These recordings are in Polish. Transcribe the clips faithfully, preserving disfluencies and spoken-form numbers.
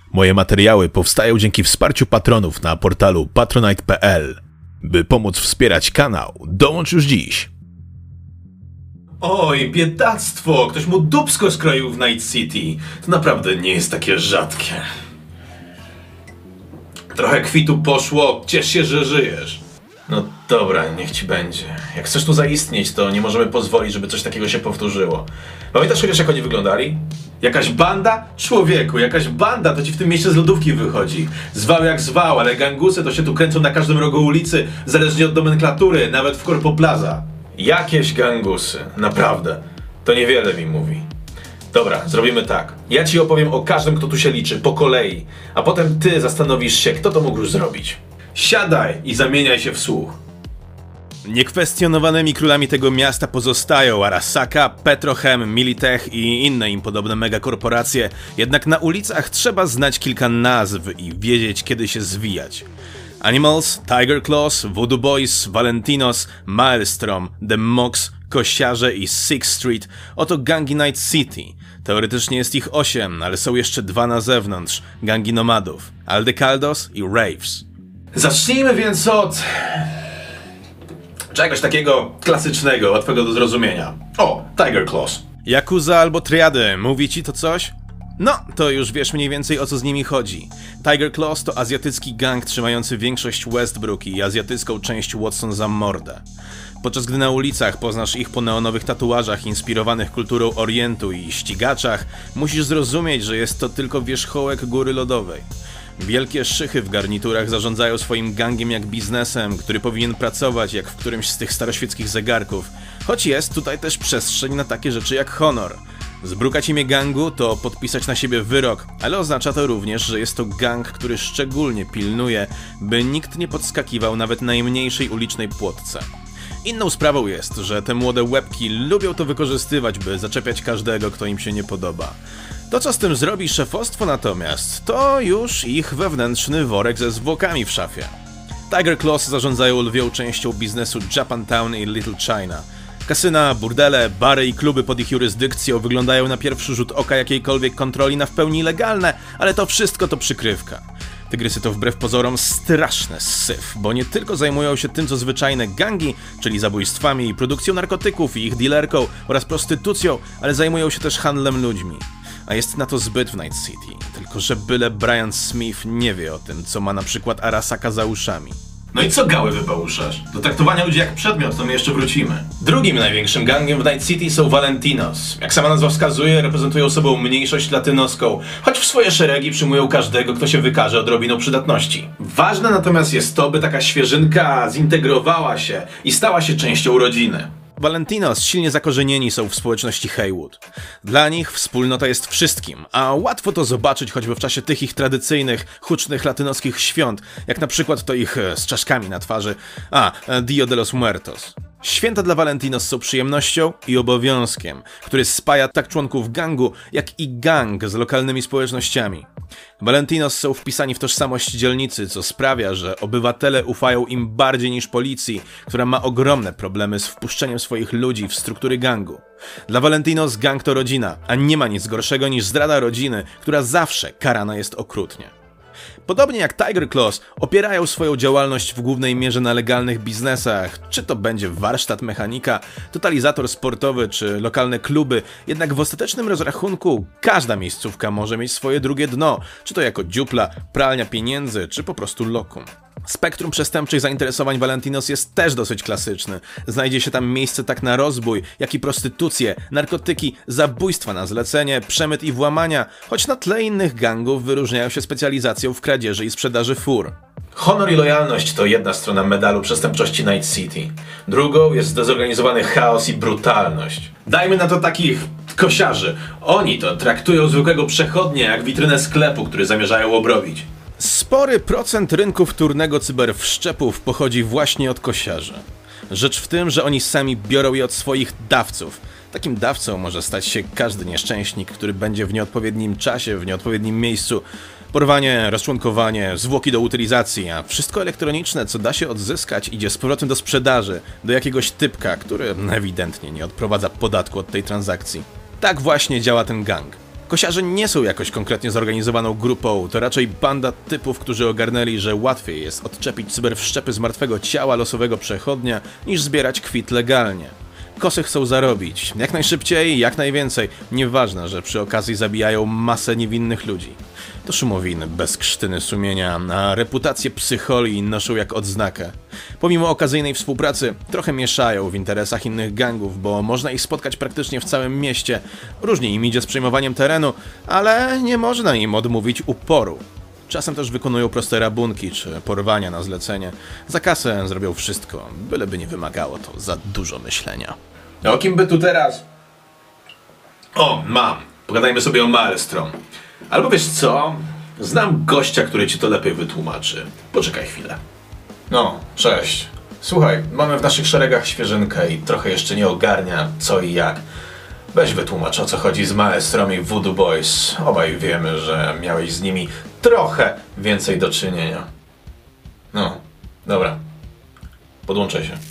Moje materiały powstają dzięki wsparciu patronów na portalu patronite kropka p l. By pomóc wspierać kanał, dołącz już dziś. Oj, biedactwo! Ktoś mu dupsko skroił w Night City. To naprawdę nie jest takie rzadkie. Trochę kwitu poszło, ciesz się, że żyjesz. No dobra, niech ci będzie. Jak chcesz tu zaistnieć, to nie możemy pozwolić, żeby coś takiego się powtórzyło. Pamiętasz chociaż, jak oni wyglądali? Jakaś banda? Człowieku, jakaś banda to ci w tym mieście z lodówki wychodzi. Zwał jak zwał, ale gangusy to się tu kręcą na każdym rogu ulicy, zależnie od nomenklatury, nawet w Corpo Plaza. Jakieś gangusy, naprawdę. To niewiele mi mówi. Dobra, zrobimy tak. Ja ci opowiem o każdym, kto tu się liczy, po kolei. A potem ty zastanowisz się, kto to mógł już zrobić. Siadaj i zamieniaj się w słuch. Niekwestionowanymi królami tego miasta pozostają Arasaka, Petrochem, Militech i inne im podobne megakorporacje, jednak na ulicach trzeba znać kilka nazw i wiedzieć, kiedy się zwijać. Animals, Tiger Claws, Voodoo Boys, Valentinos, Maelstrom, The Mox, Kosiarze i Sixth Street oto gangi Night City. Teoretycznie jest ich osiem, ale są jeszcze dwa na zewnątrz, gangi nomadów, Aldecaldos i Raves. Zacznijmy więc od czegoś takiego klasycznego, łatwego do zrozumienia. O, Tiger Claws. Yakuza albo Triady, mówi ci to coś? No, to już wiesz mniej więcej, o co z nimi chodzi. Tiger Claws to azjatycki gang trzymający większość Westbrook i azjatycką część Watson za mordę. Podczas gdy na ulicach poznasz ich po neonowych tatuażach inspirowanych kulturą Orientu i ścigaczach, musisz zrozumieć, że jest to tylko wierzchołek góry lodowej. Wielkie szychy w garniturach zarządzają swoim gangiem jak biznesem, który powinien pracować jak w którymś z tych staroświeckich zegarków, choć jest tutaj też przestrzeń na takie rzeczy jak honor. Zbrukać imię gangu to podpisać na siebie wyrok, ale oznacza to również, że jest to gang, który szczególnie pilnuje, by nikt nie podskakiwał nawet najmniejszej ulicznej płotce. Inną sprawą jest, że te młode łebki lubią to wykorzystywać, by zaczepiać każdego, kto im się nie podoba. To, co z tym zrobi szefostwo natomiast, to już ich wewnętrzny worek ze zwłokami w szafie. Tiger Claws zarządzają lwią częścią biznesu Japantown i Little China. Kasyna, burdele, bary i kluby pod ich jurysdykcją wyglądają na pierwszy rzut oka jakiejkolwiek kontroli na w pełni legalne, ale to wszystko to przykrywka. Tygrysy to wbrew pozorom straszny syf, bo nie tylko zajmują się tym, co zwyczajne gangi, czyli zabójstwami i produkcją narkotyków i ich dealerką oraz prostytucją, ale zajmują się też handlem ludźmi. A jest na to zbyt w Night City, tylko że byle Brian Smith nie wie o tym, co ma na przykład Arasaka za uszami. No i co gały wypałuszasz? Do traktowania ludzi jak przedmiot to my jeszcze wrócimy. Drugim największym gangiem w Night City są Valentinos. Jak sama nazwa wskazuje, reprezentują sobą mniejszość latynoską, choć w swoje szeregi przyjmują każdego, kto się wykaże odrobiną przydatności. Ważne natomiast jest to, by taka świeżynka zintegrowała się i stała się częścią rodziny. Valentinos silnie zakorzenieni są w społeczności Haywood. Dla nich wspólnota jest wszystkim, a łatwo to zobaczyć choćby w czasie tych ich tradycyjnych, hucznych latynoskich świąt, jak na przykład to ich z czaszkami na twarzy, a Dia de los Muertos. Święta dla Valentinos są przyjemnością i obowiązkiem, który spaja tak członków gangu, jak i gang z lokalnymi społecznościami. Valentinos są wpisani w tożsamość dzielnicy, co sprawia, że obywatele ufają im bardziej niż policji, która ma ogromne problemy z wpuszczeniem swoich ludzi w struktury gangu. Dla Valentinos gang to rodzina, a nie ma nic gorszego niż zdrada rodziny, która zawsze karana jest okrutnie. Podobnie jak Tiger Claws, opierają swoją działalność w głównej mierze na legalnych biznesach, czy to będzie warsztat mechanika, totalizator sportowy czy lokalne kluby, jednak w ostatecznym rozrachunku każda miejscówka może mieć swoje drugie dno, czy to jako dziupla, pralnia pieniędzy, czy po prostu lokum. Spektrum przestępczych zainteresowań Valentinos jest też dosyć klasyczny. Znajdzie się tam miejsce tak na rozbój, jak i prostytucję, narkotyki, zabójstwa na zlecenie, przemyt i włamania, choć na tle innych gangów wyróżniają się specjalizacją w kradzieży i sprzedaży fur. Honor i lojalność to jedna strona medalu przestępczości Night City. Drugą jest zdezorganizowany chaos i brutalność. Dajmy na to takich kosiarzy. Oni to traktują zwykłego przechodnia jak witrynę sklepu, który zamierzają obrobić. Spory procent rynku wtórnego cyberwszczepów pochodzi właśnie od kosiarzy. Rzecz w tym, że oni sami biorą je od swoich dawców. Takim dawcą może stać się każdy nieszczęśnik, który będzie w nieodpowiednim czasie, w nieodpowiednim miejscu. Porwanie, rozczłonkowanie, zwłoki do utylizacji, a wszystko elektroniczne, co da się odzyskać, idzie z powrotem do sprzedaży, do jakiegoś typka, który ewidentnie nie odprowadza podatku od tej transakcji. Tak właśnie działa ten gang. Kosiarze nie są jakoś konkretnie zorganizowaną grupą, to raczej banda typów, którzy ogarnęli, że łatwiej jest odczepić cyberwszczepy z martwego ciała losowego przechodnia, niż zbierać kwit legalnie. Kosy chcą zarobić, jak najszybciej, jak najwięcej, nieważne, że przy okazji zabijają masę niewinnych ludzi. To szumowiny, bez krztyny sumienia, a reputację psycholi noszą jak odznakę. Pomimo okazyjnej współpracy, trochę mieszają w interesach innych gangów, bo można ich spotkać praktycznie w całym mieście. Różnie im idzie z przejmowaniem terenu, ale nie można im odmówić uporu. Czasem też wykonują proste rabunki czy porwania na zlecenie. Za kasę zrobią wszystko, byleby nie wymagało to za dużo myślenia. O kim by tu teraz? O, mam. Pogadajmy sobie o Maelstrom. Albo wiesz co? Znam gościa, który ci to lepiej wytłumaczy. Poczekaj chwilę. No, cześć. Słuchaj, mamy w naszych szeregach świeżynkę i trochę jeszcze nie ogarnia co i jak. Weź wytłumacz, o co chodzi z Maelstrom i Voodoo Boys. Obaj wiemy, że miałeś z nimi trochę więcej do czynienia. No, dobra. Podłączaj się.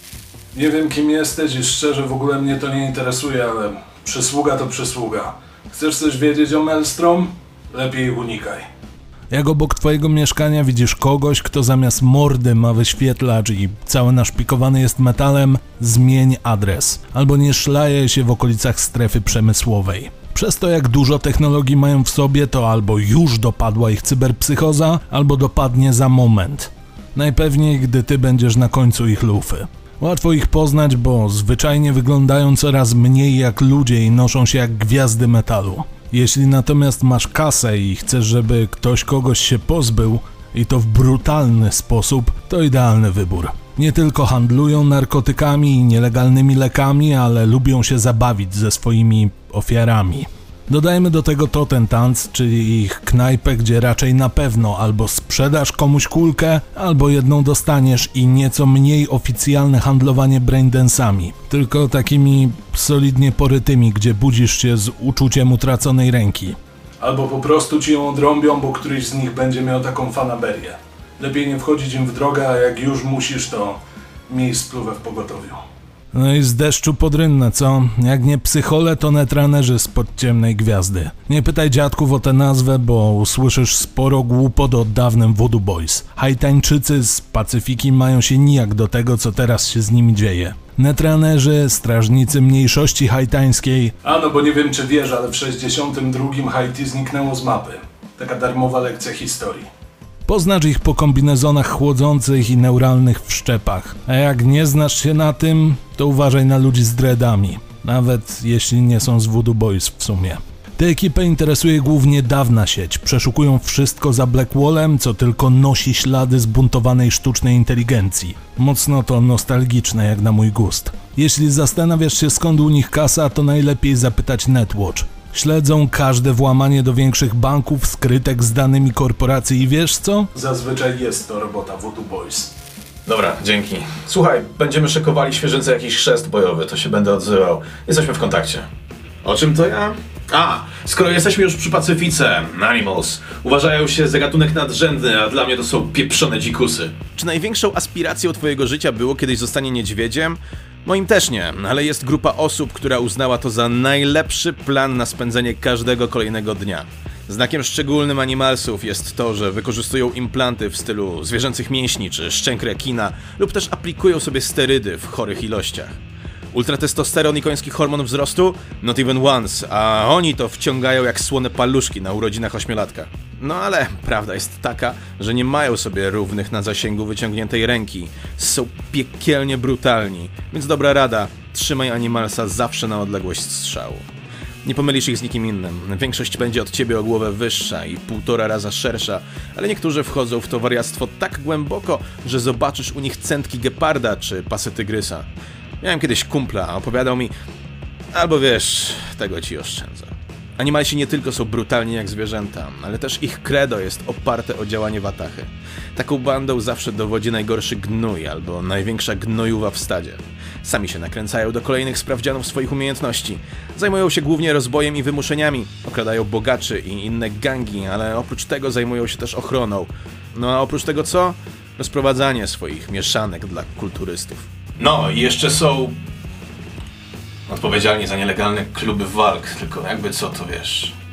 Nie wiem, kim jesteś i szczerze w ogóle mnie to nie interesuje, ale przysługa to przysługa. Chcesz coś wiedzieć o Maelstrom? Lepiej ich unikaj. Jak obok twojego mieszkania widzisz kogoś, kto zamiast mordy ma wyświetlacz i cały naszpikowany jest metalem, zmień adres. Albo nie szlaje się w okolicach strefy przemysłowej. Przez to, jak dużo technologii mają w sobie, to albo już dopadła ich cyberpsychoza, albo dopadnie za moment. Najpewniej, gdy ty będziesz na końcu ich lufy. Łatwo ich poznać, bo zwyczajnie wyglądają coraz mniej jak ludzie i noszą się jak gwiazdy metalu. Jeśli natomiast masz kasę i chcesz, żeby ktoś kogoś się pozbył, i to w brutalny sposób, to idealny wybór. Nie tylko handlują narkotykami i nielegalnymi lekami, ale lubią się zabawić ze swoimi ofiarami. Dodajmy do tego Totem Tanz, czyli ich knajpę, gdzie raczej na pewno albo sprzedasz komuś kulkę, albo jedną dostaniesz i nieco mniej oficjalne handlowanie braindensami. Tylko takimi solidnie porytymi, gdzie budzisz się z uczuciem utraconej ręki. Albo po prostu ci ją odrąbią, bo któryś z nich będzie miał taką fanaberię. Lepiej nie wchodzić im w drogę, a jak już musisz, to miej spluwę w pogotowiu. No i z deszczu pod rynnę, co? Jak nie psychole, to netranerzy spod ciemnej gwiazdy. Nie pytaj dziadków o tę nazwę, bo usłyszysz sporo głupot o dawnym Voodoo Boys. Haitańczycy z Pacyfiki mają się nijak do tego, co teraz się z nimi dzieje. Netranerzy, strażnicy mniejszości haitańskiej. A no bo nie wiem czy wiesz, ale w sześćdziesiątym drugim Haiti zniknęło z mapy. Taka darmowa lekcja historii. Poznacz ich po kombinezonach chłodzących i neuralnych wszczepach. A jak nie znasz się na tym, to uważaj na ludzi z dreadami. Nawet jeśli nie są z Voodoo Boys w sumie. Tę ekipę interesuje głównie dawna sieć. Przeszukują wszystko za Blackwallem, co tylko nosi ślady zbuntowanej sztucznej inteligencji. Mocno to nostalgiczne jak na mój gust. Jeśli zastanawiasz się skąd u nich kasa, to najlepiej zapytać Netwatch. Śledzą każde włamanie do większych banków, skrytek z danymi korporacji i wiesz co? Zazwyczaj jest to robota Voodoo Boys. Dobra, dzięki. Słuchaj, będziemy szykowali świeżynce jakiś chrzest bojowy, to się będę odzywał. Jesteśmy w kontakcie. O czym to ja? A, skoro jesteśmy już przy Pacyfice, Animals uważają się za gatunek nadrzędny, a dla mnie to są pieprzone dzikusy. Czy największą aspiracją twojego życia było kiedyś zostanie niedźwiedziem? Moim też nie, ale jest grupa osób, która uznała to za najlepszy plan na spędzenie każdego kolejnego dnia. Znakiem szczególnym Animalsów jest to, że wykorzystują implanty w stylu zwierzęcych mięśni czy szczęk rekina lub też aplikują sobie sterydy w chorych ilościach. Ultratestosteron i koński hormon wzrostu? Not even once, a oni to wciągają jak słone paluszki na urodzinach ośmiolatka. No ale prawda jest taka, że nie mają sobie równych na zasięgu wyciągniętej ręki. Są piekielnie brutalni, więc dobra rada, trzymaj Animalsa zawsze na odległość strzału. Nie pomylisz ich z nikim innym. Większość będzie od ciebie o głowę wyższa i półtora raza szersza, ale niektórzy wchodzą w to wariactwo tak głęboko, że zobaczysz u nich centki geparda czy pasy tygrysa. Miałem kiedyś kumpla, a opowiadał mi... Albo wiesz, tego ci oszczędzę. Animalsi nie tylko są brutalni jak zwierzęta, ale też ich credo jest oparte o działanie watachy. Taką bandą zawsze dowodzi najgorszy gnój albo największa gnojuwa w stadzie. Sami się nakręcają do kolejnych sprawdzianów swoich umiejętności. Zajmują się głównie rozbojem i wymuszeniami, okradają bogaczy i inne gangi, ale oprócz tego zajmują się też ochroną. No a oprócz tego co? Rozprowadzanie swoich mieszanek dla kulturystów. No i jeszcze są odpowiedzialni za nielegalne kluby walk, tylko jakby co to wiesz,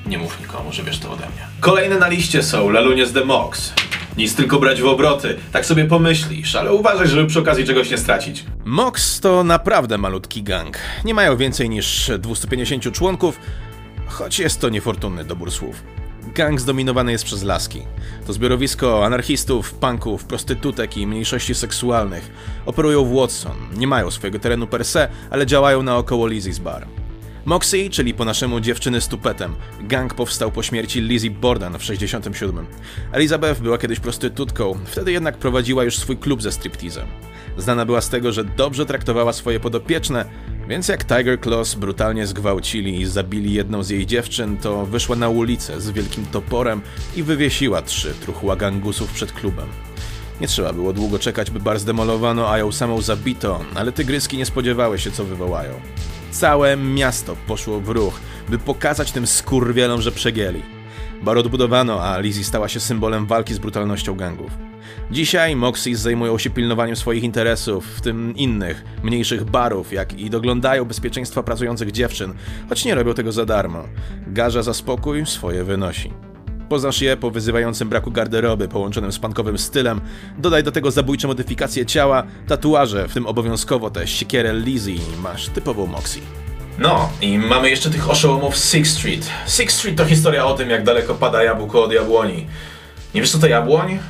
nie mów nikomu, że wiesz to ode mnie. Kolejne na liście są Lalunie The Mox. Nic tylko brać w obroty, tak sobie pomyślisz, ale uważaj, żeby przy okazji czegoś nie stracić. Mox to naprawdę malutki gang. Nie mają więcej niż dwieście pięćdziesiąt członków, choć jest to niefortunny dobór słów. Gang zdominowany jest przez laski. To zbiorowisko anarchistów, punków, prostytutek i mniejszości seksualnych. Operują w Watson, nie mają swojego terenu per se, ale działają naokoło Lizzie's Bar. Moxie, czyli po naszemu dziewczyny z tupetem. Gang powstał po śmierci Lizzie Borden w sześćdziesiątym siódmym. Elizabeth była kiedyś prostytutką, wtedy jednak prowadziła już swój klub ze stripteasem. Znana była z tego, że dobrze traktowała swoje podopieczne, więc jak Tiger Claws brutalnie zgwałcili i zabili jedną z jej dziewczyn, to wyszła na ulicę z wielkim toporem i wywiesiła trzy truchła gangusów przed klubem. Nie trzeba było długo czekać, by bar zdemolowano, a ją samą zabito, ale tygryski nie spodziewały się, co wywołają. Całe miasto poszło w ruch, by pokazać tym skurwielom, że przegięli. Bar odbudowano, a Lizzie stała się symbolem walki z brutalnością gangów. Dzisiaj Moxies zajmują się pilnowaniem swoich interesów, w tym innych, mniejszych barów, jak i doglądają bezpieczeństwa pracujących dziewczyn, choć nie robią tego za darmo. Garza za spokój swoje wynosi. Poznasz je po wyzywającym braku garderoby połączonym z punkowym stylem, dodaj do tego zabójcze modyfikacje ciała, tatuaże, w tym obowiązkowo tę siekierę Lizzie i masz typową Moxie. No, i mamy jeszcze tych oszołomów z Sixth Street. Sixth Street to historia o tym, jak daleko pada jabłko od jabłoni. Nie wiesz, co to jabłoń?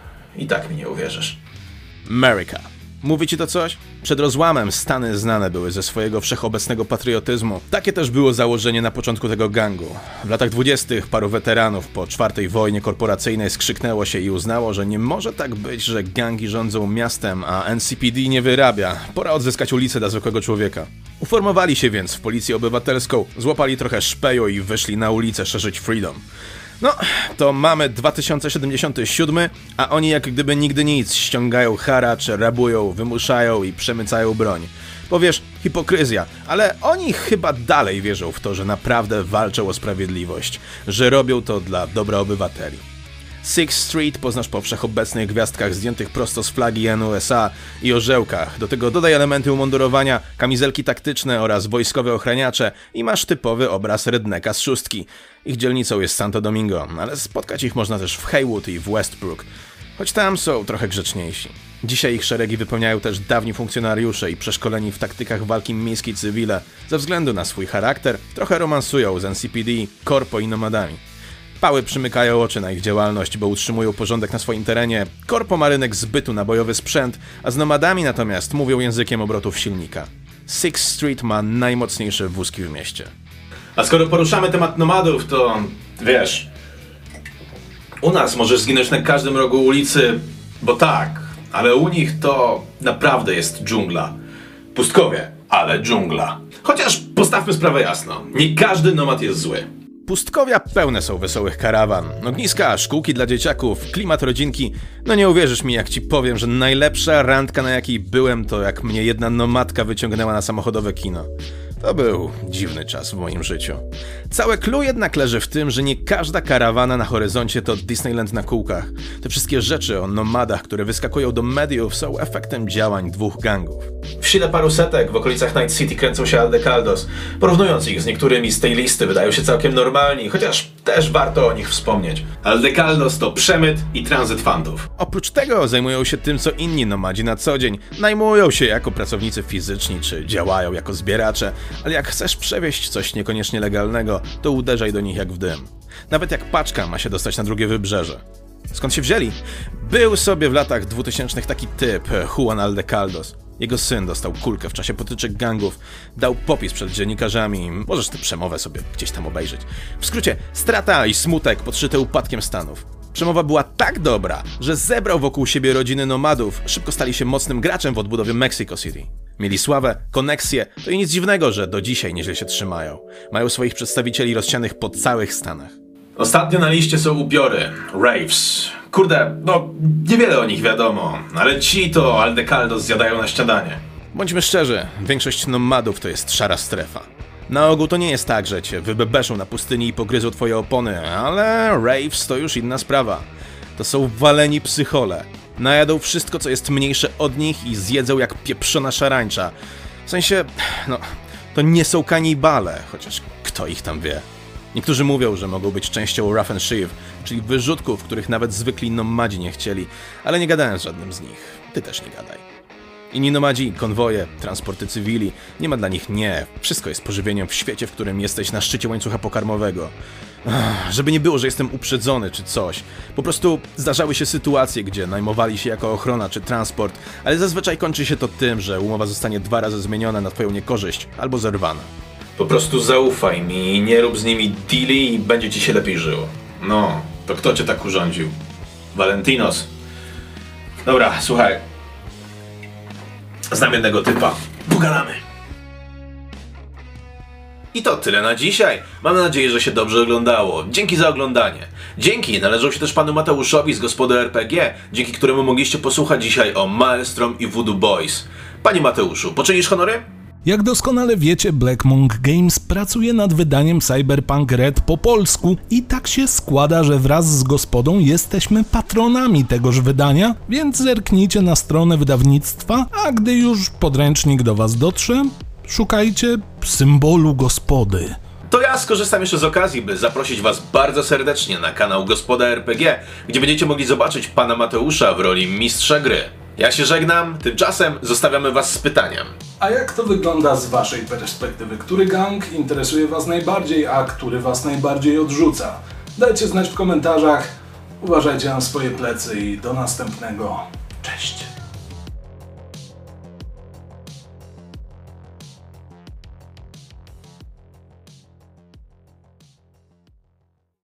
I tak mi nie uwierzysz. America. Mówi ci to coś? Przed rozłamem Stany znane były ze swojego wszechobecnego patriotyzmu. Takie też było założenie na początku tego gangu. W latach dwudziestych paru weteranów po czwartej wojnie korporacyjnej skrzyknęło się i uznało, że nie może tak być, że gangi rządzą miastem, a N C P D nie wyrabia. Pora odzyskać ulicę dla zwykłego człowieka. Uformowali się więc w policję obywatelską, złapali trochę szpeju i wyszli na ulicę szerzyć freedom. No, to mamy dwa tysiące siedemdziesiąty siódmy, a oni jak gdyby nigdy nic ściągają haracz, rabują, wymuszają i przemycają broń. Powiesz, hipokryzja, ale oni chyba dalej wierzą w to, że naprawdę walczą o sprawiedliwość, że robią to dla dobra obywateli. Sixth Street poznasz po wszechobecnych gwiazdkach zdjętych prosto z flagi N U S A i orzełkach. Do tego dodaj elementy umundurowania, kamizelki taktyczne oraz wojskowe ochraniacze i masz typowy obraz rednecka z szóstki. Ich dzielnicą jest Santo Domingo, ale spotkać ich można też w Haywood i w Westbrook, choć tam są trochę grzeczniejsi. Dzisiaj ich szeregi wypełniają też dawni funkcjonariusze i przeszkoleni w taktykach walki miejskiej cywile. Ze względu na swój charakter trochę romansują z N C P D, korpo i nomadami. Pały przymykają oczy na ich działalność, bo utrzymują porządek na swoim terenie. Korpo ma rynek zbytu na bojowy sprzęt, a z nomadami natomiast mówią językiem obrotów silnika. Sixth Street ma najmocniejsze wózki w mieście. A skoro poruszamy temat nomadów, to wiesz, u nas możesz zginąć na każdym rogu ulicy, bo tak, ale u nich to naprawdę jest dżungla. Pustkowie, ale dżungla. Chociaż postawmy sprawę jasno, nie każdy nomad jest zły. Pustkowia pełne są wesołych karawan, ogniska, szkółki dla dzieciaków, klimat rodzinki. No nie uwierzysz mi, jak ci powiem, że najlepsza randka, na jakiej byłem, to jak mnie jedna nomadka wyciągnęła na samochodowe kino. To był dziwny czas w moim życiu. Całe clue jednak leży w tym, że nie każda karawana na horyzoncie to Disneyland na kółkach. Te wszystkie rzeczy o nomadach, które wyskakują do mediów, są efektem działań dwóch gangów. W sile paru setek w okolicach Night City kręcą się Aldecaldos. Porównując ich z niektórymi z tej listy, wydają się całkiem normalni, chociaż też warto o nich wspomnieć. Aldecaldos to przemyt i tranzyt fantów. Oprócz tego zajmują się tym, co inni nomadzi na co dzień. Najmują się jako pracownicy fizyczni, czy działają jako zbieracze, ale jak chcesz przewieźć coś niekoniecznie legalnego, to uderzaj do nich jak w dym. Nawet jak paczka ma się dostać na drugie wybrzeże. Skąd się wzięli? Był sobie w latach dwutysięcznych taki typ, Juan Aldecaldos. Jego syn dostał kulkę w czasie potyczek gangów, dał popis przed dziennikarzami, możesz tę przemowę sobie gdzieś tam obejrzeć. W skrócie, strata i smutek podszyte upadkiem Stanów. Przemowa była tak dobra, że zebrał wokół siebie rodziny nomadów, szybko stali się mocnym graczem w odbudowie Mexico City. Mieli sławę, koneksje, to i nic dziwnego, że do dzisiaj nieźle się trzymają. Mają swoich przedstawicieli rozsianych po całych Stanach. Ostatnio na liście są upiory, raves. Kurde, no niewiele o nich wiadomo, ale ci to Aldecaldos zjadają na śniadanie. Bądźmy szczerzy, większość nomadów to jest szara strefa. Na ogół to nie jest tak, że cię wybebeszą na pustyni i pogryzą twoje opony, ale raves to już inna sprawa. To są waleni psychole. Najadą wszystko, co jest mniejsze od nich i zjedzą jak pieprzona szarańcza. W sensie, no, to nie są kanibale, chociaż kto ich tam wie. Niektórzy mówią, że mogą być częścią Rough and Sheaf, czyli wyrzutków, których nawet zwykli nomadzi nie chcieli, ale nie gadałem z żadnym z nich. Ty też nie gadaj. Inni nomadzi, konwoje, transporty cywili, nie ma dla nich nie. Wszystko jest pożywieniem w świecie, w którym jesteś na szczycie łańcucha pokarmowego. Ach, żeby nie było, że jestem uprzedzony czy coś. Po prostu zdarzały się sytuacje, gdzie najmowali się jako ochrona czy transport, ale zazwyczaj kończy się to tym, że umowa zostanie dwa razy zmieniona na twoją niekorzyść albo zerwana. Po prostu zaufaj mi, nie rób z nimi deali i będzie ci się lepiej żyło. No, to kto cię tak urządził? Valentinos. Dobra, słuchaj. Znam jednego typa. Pogadamy. I to tyle na dzisiaj. Mam nadzieję, że się dobrze oglądało. Dzięki za oglądanie. Dzięki należą się też panu Mateuszowi z Gospody R P G, dzięki któremu mogliście posłuchać dzisiaj o Maelstrom i Voodoo Boys. Panie Mateuszu, poczynisz honory? Jak doskonale wiecie, Black Monk Games pracuje nad wydaniem Cyberpunk Red po polsku i tak się składa, że wraz z Gospodą jesteśmy patronami tegoż wydania, więc zerknijcie na stronę wydawnictwa, a gdy już podręcznik do was dotrze, szukajcie symbolu Gospody. To ja skorzystam jeszcze z okazji, by zaprosić was bardzo serdecznie na kanał Gospoda R P G, gdzie będziecie mogli zobaczyć pana Mateusza w roli mistrza gry. Ja się żegnam, tymczasem zostawiamy was z pytaniem. A jak to wygląda z waszej perspektywy? Który gang interesuje was najbardziej, a który was najbardziej odrzuca? Dajcie znać w komentarzach. Uważajcie na swoje plecy i do następnego. Cześć!